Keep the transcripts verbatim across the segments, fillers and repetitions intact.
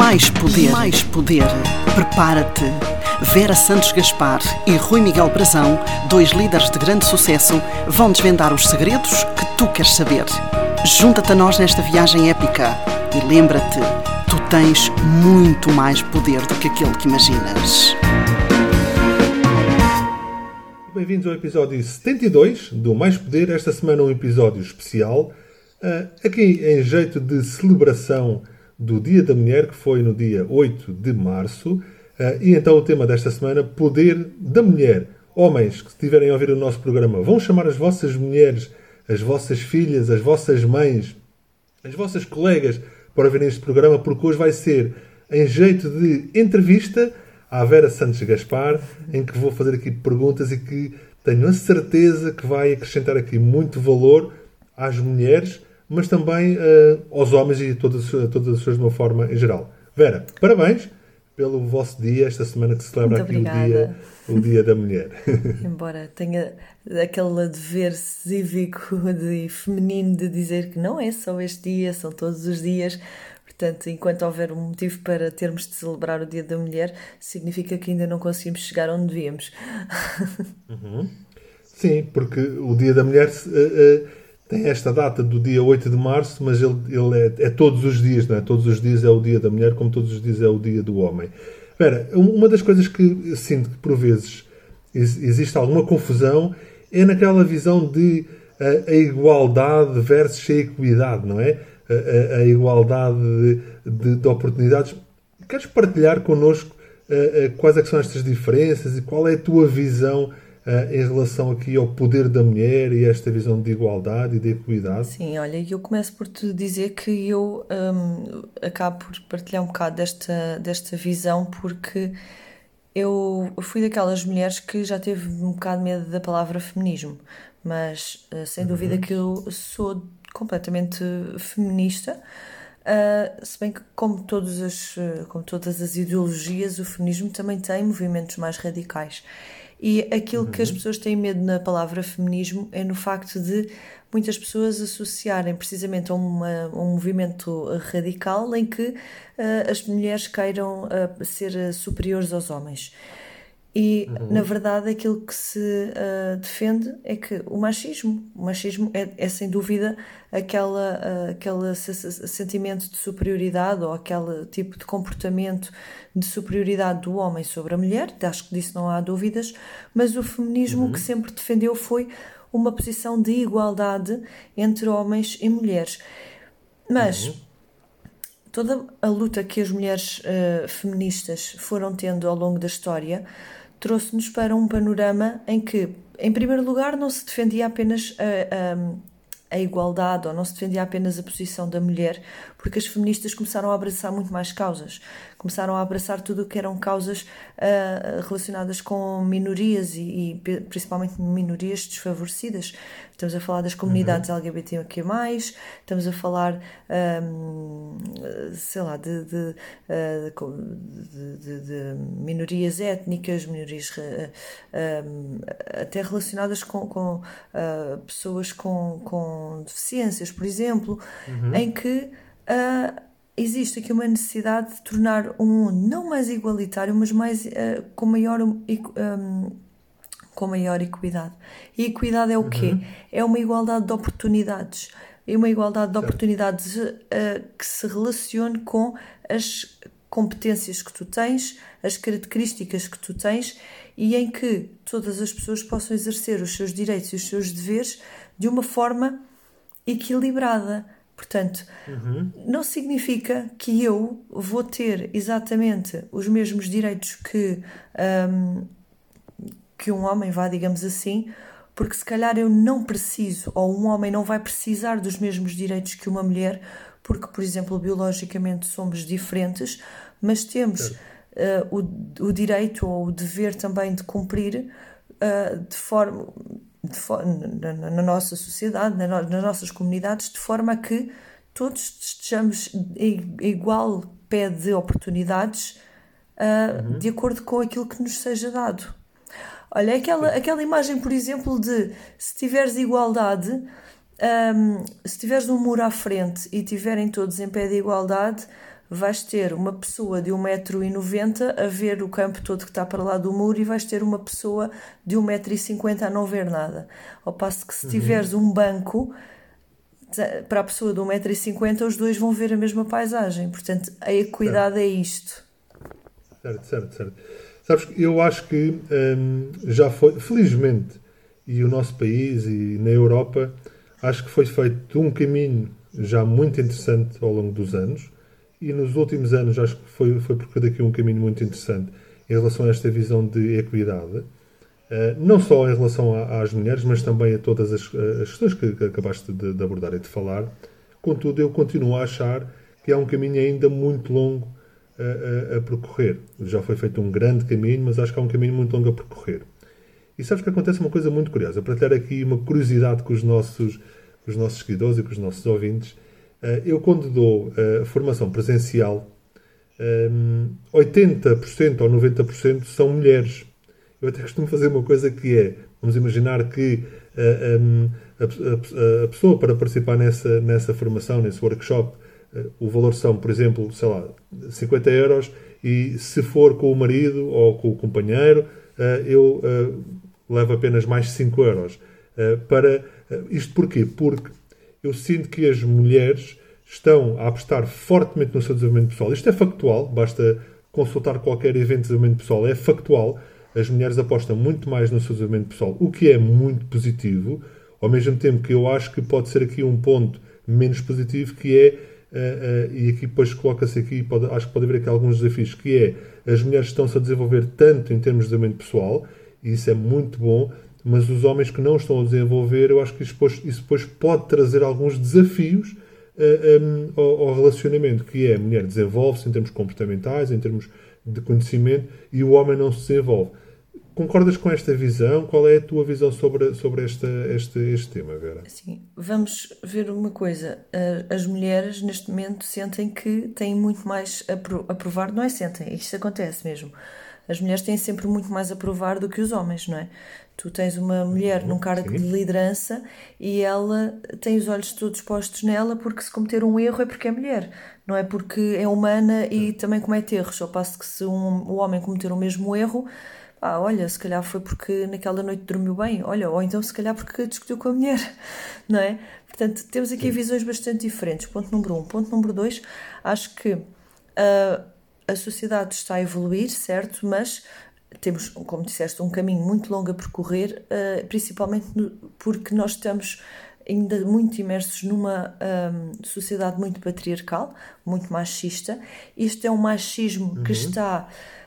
Mais poder, mais poder. Prepara-te. Vera Santos Gaspar e Rui Miguel Brazão, dois líderes de grande sucesso, vão desvendar os segredos que tu queres saber. Junta-te a nós nesta viagem épica e lembra-te, tu tens muito mais poder do que aquele que imaginas. Bem-vindos ao episódio setenta e dois do Mais Poder. Esta semana um episódio especial, aqui em jeito de celebração do Dia da Mulher, que foi no dia oito de março. E então o tema desta semana, Poder da Mulher. Homens que estiverem a ouvir o nosso programa, vão chamar as vossas mulheres, as vossas filhas, as vossas mães, as vossas colegas para ouvirem este programa, porque hoje vai ser em jeito de entrevista à Vera Santos Gaspar, em que vou fazer aqui perguntas e que tenho a certeza que vai acrescentar aqui muito valor às mulheres, mas também uh, aos homens e a todas, a todas as pessoas de uma forma em geral. Vera, parabéns pelo vosso dia, esta semana que se celebra Muito aqui o dia, o dia da Mulher. Embora tenha aquele dever cívico e feminino de dizer que não é só este dia, são todos os dias. Portanto, enquanto houver um motivo para termos de celebrar o Dia da Mulher, significa que ainda não conseguimos chegar onde devíamos. Uhum. Sim, porque o Dia da Mulher uh, uh, tem esta data do dia oito de março, mas ele, ele é, é todos os dias, não é? Todos os dias é o Dia da Mulher, como todos os dias é o Dia do Homem. Espera, uma das coisas que sinto que por vezes existe alguma confusão é naquela visão de uh, a igualdade versus a equidade, não é? A, a, a igualdade de, de, de oportunidades. Queres partilhar connosco uh, uh, quais é que são estas diferenças e qual é a tua visão uh, em relação aqui ao poder da mulher e esta visão de igualdade e de equidade? Sim, olha, eu começo por te dizer que eu um, acabo por partilhar um bocado desta, desta visão, porque eu fui daquelas mulheres que já teve um bocado medo da palavra feminismo, mas uh, sem dúvida Uhum. que eu sou completamente feminista, uh, se bem que como todas, as, como todas as ideologias, o feminismo também tem movimentos mais radicais. E aquilo uhum. que as pessoas têm medo na palavra feminismo é no facto de muitas pessoas associarem precisamente a, uma, a um movimento radical em que uh, as mulheres queiram uh, ser superiores aos homens. E, uhum. na verdade, aquilo que se uh, defende é que o machismo, o machismo é, é sem dúvida aquela, uh, aquele sentimento de superioridade ou aquele tipo de comportamento de superioridade do homem sobre a mulher, acho que disso não há dúvidas, mas o feminismo uhum. que sempre defendeu foi uma posição de igualdade entre homens e mulheres. Mas uhum. toda a luta que as mulheres uh, feministas foram tendo ao longo da história trouxe-nos para um panorama em que, em primeiro lugar, não se defendia apenas a, a, a igualdade ou não se defendia apenas a posição da mulher, porque as feministas começaram a abraçar muito mais causas. Começaram a abraçar tudo o que eram causas uh, relacionadas com minorias e, e principalmente minorias desfavorecidas. Estamos a falar das comunidades uhum. L G B T Q mais, estamos a falar, um, sei lá, de, de, de, de, de minorias étnicas, minorias uh, um, até relacionadas com, com uh, pessoas com, com deficiências, por exemplo, uhum. em que uh, existe aqui uma necessidade de tornar um mundo não mais igualitário, mas mais, uh, com maior um, com maior equidade. E equidade é o quê? Uhum. É uma igualdade de oportunidades. É uma igualdade de certo. oportunidades uh, que se relacione com as competências que tu tens, as características que tu tens e em que todas as pessoas possam exercer os seus direitos e os seus deveres de uma forma equilibrada. Portanto, uhum. não significa que eu vou ter exatamente os mesmos direitos que... Um, que um homem vá, digamos assim, porque se calhar eu não preciso, ou um homem não vai precisar dos mesmos direitos que uma mulher, porque, por exemplo, biologicamente somos diferentes, mas temos uh, o, o direito ou o dever também de cumprir uh, de forma, de for- na, na nossa sociedade, na no, nas nossas comunidades, de forma a que todos estejamos em igual pé de oportunidades uh, uhum. de acordo com aquilo que nos seja dado. Olha, aquela, aquela imagem, por exemplo, de se tiveres igualdade, um, se tiveres um muro à frente e tiverem todos em pé de igualdade, vais ter uma pessoa de um metro e noventa a ver o campo todo que está para lá do muro e vais ter uma pessoa de um metro e cinquenta a não ver nada. Ao passo que se tiveres um banco, para a pessoa de um metro e cinquenta, os dois vão ver a mesma paisagem. Portanto, a equidade é isto. Certo, certo, certo. Sabes, eu acho que hum, já foi, felizmente, e o nosso país e na Europa, acho que foi feito um caminho já muito interessante ao longo dos anos, e nos últimos anos acho que foi, foi percorrido aqui um caminho muito interessante em relação a esta visão de equidade, uh, não só em relação a, às mulheres, mas também a todas as, as questões que, que acabaste de, de abordar e de falar. Contudo, eu continuo a achar que há um caminho ainda muito longo a, a, a percorrer. Já foi feito um grande caminho, mas acho que há um caminho muito longo a percorrer. E sabes que acontece uma coisa muito curiosa, para ter aqui uma curiosidade com os nossos, com os nossos seguidores e com os nossos ouvintes. Eu, quando dou a formação presencial, oitenta por cento ou noventa por cento são mulheres. Eu até costumo fazer uma coisa que é, vamos imaginar que a, a, a pessoa para participar nessa, nessa formação, nesse workshop, o valor são, por exemplo, sei lá, cinquenta euros, e se for com o marido ou com o companheiro, eu levo apenas mais cinco euros. Para, isto porquê? Porque eu sinto que as mulheres estão a apostar fortemente no seu desenvolvimento pessoal. Isto é factual, basta consultar qualquer evento de desenvolvimento pessoal, é factual. As mulheres apostam muito mais no seu desenvolvimento pessoal, o que é muito positivo, ao mesmo tempo que eu acho que pode ser aqui um ponto menos positivo, que é, uh, uh, e aqui depois coloca-se aqui, pode, acho que pode haver aqui alguns desafios, que é, as mulheres estão-se a desenvolver tanto em termos de desenvolvimento pessoal, e isso é muito bom, mas os homens que não estão a desenvolver, eu acho que isso depois, isso depois pode trazer alguns desafios uh, um, ao, ao relacionamento, que é, a mulher desenvolve-se em termos comportamentais, em termos de conhecimento, e o homem não se desenvolve. Concordas com esta visão? Qual é a tua visão sobre, sobre esta, este, este tema, Vera? Sim, vamos ver uma coisa. As mulheres, neste momento, sentem que têm muito mais a, pro, a provar. Não é sentem, isto acontece mesmo. As mulheres têm sempre muito mais a provar do que os homens, não é? Tu tens uma mulher uhum, num cargo sim. de liderança e ela tem os olhos todos postos nela porque se cometer um erro é porque é mulher, não é porque é humana e uhum. também comete erros. Ao passo que se um, um homem cometer o mesmo erro, ah, olha, se calhar foi porque naquela noite dormiu bem, olha, ou então se calhar porque discutiu com a mulher, não é? Portanto, temos aqui sim. visões bastante diferentes. Ponto número um. Ponto número dois, acho que uh, a sociedade está a evoluir, certo? Mas temos, como disseste, um caminho muito longo a percorrer, uh, principalmente no, porque nós estamos ainda muito imersos numa um, sociedade muito patriarcal, muito machista. Isto é um machismo uhum. que está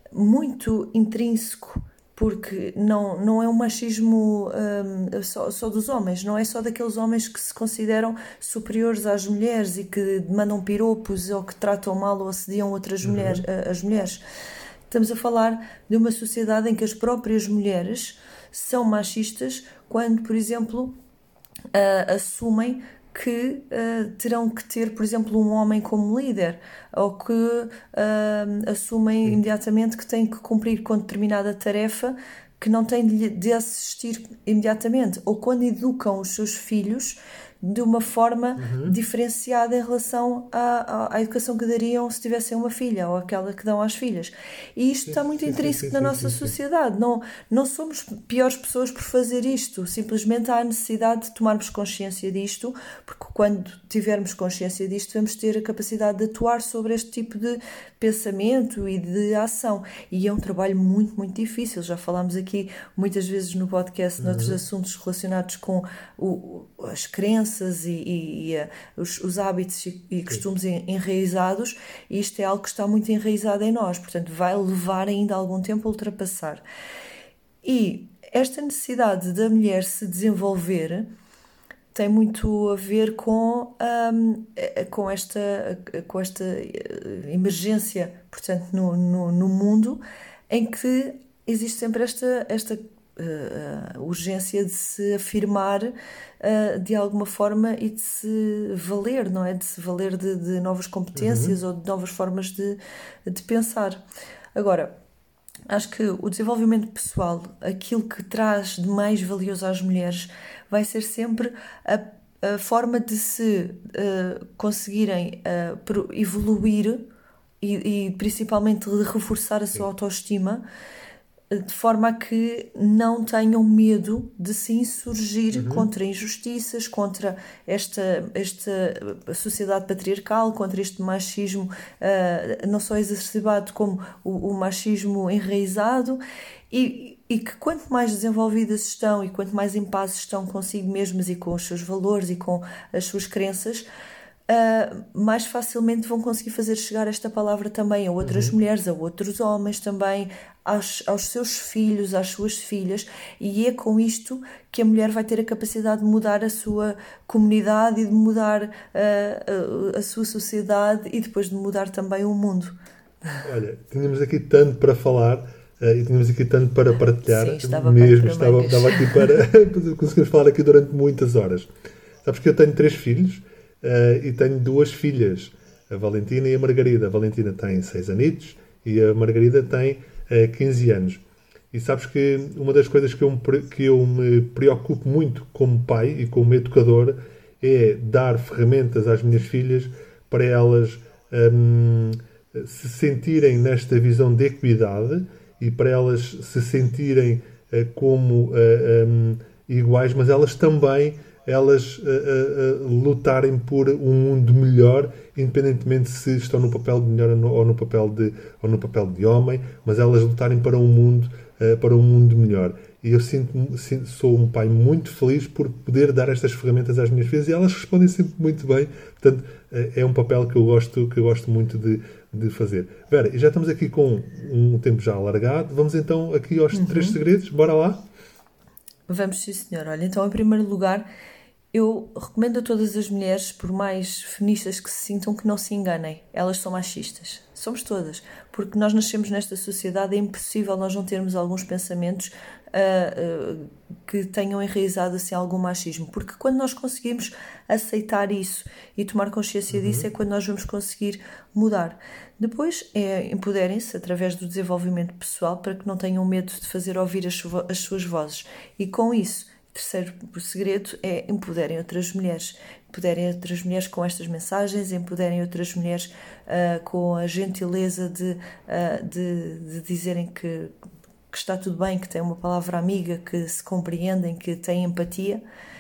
muito intrínseco, porque não, não é um machismo um, só, só dos homens, não é só daqueles homens que se consideram superiores às mulheres e que mandam piropos ou que tratam mal ou assediam outras uhum. mulheres, as mulheres. Estamos a falar de uma sociedade em que as próprias mulheres são machistas quando, por exemplo, uh, assumem que uh, terão que ter, por exemplo, um homem como líder, ou que uh, assumem Sim. imediatamente que têm que cumprir com determinada tarefa que não têm de, de assistir imediatamente, ou quando educam os seus filhos de uma forma uhum. diferenciada em relação à, à, à educação que dariam se tivessem uma filha, ou aquela que dão às filhas. E isto sim, está muito sim, intrínseco sim, sim, na sim, nossa sim, sociedade. Sim. Não, não somos piores pessoas por fazer isto, simplesmente há a necessidade de tomarmos consciência disto, porque quando tivermos consciência disto, vamos ter a capacidade de atuar sobre este tipo de pensamento e de ação. E é um trabalho muito, muito difícil. Já falámos aqui muitas vezes no podcast, uhum. noutros assuntos relacionados com o, as crenças, E, e, e os, os hábitos e, e costumes enraizados, e isto é algo que está muito enraizado em nós, portanto vai levar ainda algum tempo a ultrapassar. E esta necessidade da mulher se desenvolver tem muito a ver com, um, com, esta, com esta emergência, portanto, no, no, no mundo, em que existe sempre esta, esta Uh, urgência de se afirmar uh, de alguma forma e de se valer, não é? De se valer de, de novas competências uhum. ou de novas formas de, de pensar. Agora, acho que o desenvolvimento pessoal, aquilo que traz de mais valioso às mulheres, vai ser sempre a, a forma de se uh, conseguirem uh, evoluir e, e principalmente de reforçar a sua autoestima, de forma a que não tenham medo de se insurgir uhum. contra injustiças, contra esta, esta sociedade patriarcal, contra este machismo uh, não só exacerbado como o, o machismo enraizado, e, e que quanto mais desenvolvidas estão e quanto mais em paz estão consigo mesmas e com os seus valores e com as suas crenças, Uh, mais facilmente vão conseguir fazer chegar esta palavra também a outras uhum. mulheres, a outros homens também, aos, aos seus filhos, às suas filhas, e é com isto que a mulher vai ter a capacidade de mudar a sua comunidade e de mudar uh, a, a sua sociedade e depois de mudar também o mundo. Olha, tínhamos aqui tanto para falar uh, e tínhamos aqui tanto para partilhar. Sim, estava mesmo, estava, estava aqui para conseguimos falar aqui durante muitas horas. Sabes que eu tenho três filhos. Uh, e tenho duas filhas, a Valentina e a Margarida. A Valentina tem seis anitos e a Margarida tem uh, quinze anos. E sabes que uma das coisas que eu, me, que eu me preocupo muito como pai e como educador é dar ferramentas às minhas filhas para elas um, se sentirem nesta visão de equidade e para elas se sentirem uh, como uh, um, iguais, mas elas também elas uh, uh, uh, lutarem por um mundo melhor, independentemente se estão no papel de mulher ou no, ou no, papel, de, ou no papel de homem, mas elas lutarem para um mundo, uh, para um mundo melhor. E eu sinto, sinto, sou um pai muito feliz por poder dar estas ferramentas às minhas filhas e elas respondem sempre muito bem. Portanto, uh, é um papel que eu gosto, que eu gosto muito de, de fazer. Vera, e já estamos aqui com um tempo já alargado. Vamos então aqui aos uhum. três segredos. Bora lá? Vamos, sim, senhor. Olha, então, em primeiro lugar, eu recomendo a todas as mulheres, por mais feministas que se sintam, que não se enganem. Elas são machistas. Somos todas. Porque nós nascemos nesta sociedade, é impossível nós não termos alguns pensamentos uh, uh, que tenham enraizado assim, algum machismo. Porque quando nós conseguimos aceitar isso e tomar consciência uhum. disso, é quando nós vamos conseguir mudar. Depois, é, empoderem-se através do desenvolvimento pessoal para que não tenham medo de fazer ouvir as, as suas vozes. E com isso, terceiro segredo é empoderem outras mulheres. Empoderem outras mulheres com estas mensagens, empoderem outras mulheres uh, com a gentileza de, uh, de, de dizerem que, que está tudo bem, que têm uma palavra amiga, que se compreendem, que têm empatia.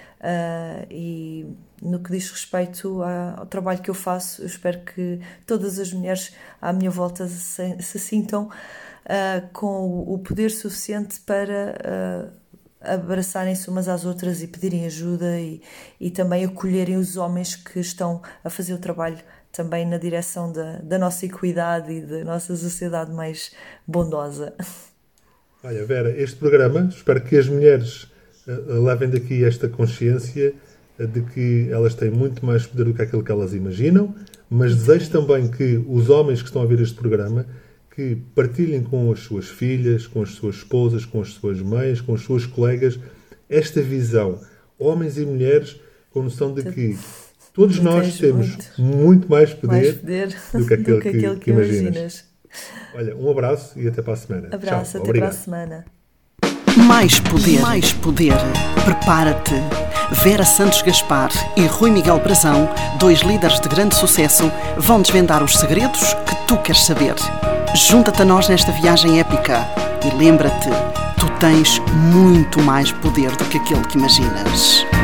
Uh, e no que diz respeito ao trabalho que eu faço, eu espero que todas as mulheres à minha volta se, se sintam uh, com o, o poder suficiente para uh, abraçarem-se umas às outras e pedirem ajuda e, e também acolherem os homens que estão a fazer o trabalho também na direção da, da nossa equidade e da nossa sociedade mais bondosa. Olha, Vera, este programa, espero que as mulheres uh, levem daqui esta consciência uh, de que elas têm muito mais poder do que aquilo que elas imaginam, mas Sim. desejo também que os homens que estão a ouvir este programa que partilhem com as suas filhas, com as suas esposas, com as suas mães, com os seus colegas, esta visão. Homens e mulheres com noção de que todos nós temos muito, muito mais, poder mais poder do que aquele, do que, aquele que, que imaginas. imaginas. Olha, um abraço e até para a semana. Abraço, Tchau, até obrigado. para a semana. Mais poder, mais poder. Prepara-te. Vera Santos Gaspar e Rui Miguel Brazão, dois líderes de grande sucesso, vão desvendar os segredos que tu queres saber. Junta-te a nós nesta viagem épica e lembra-te, tu tens muito mais poder do que aquele que imaginas.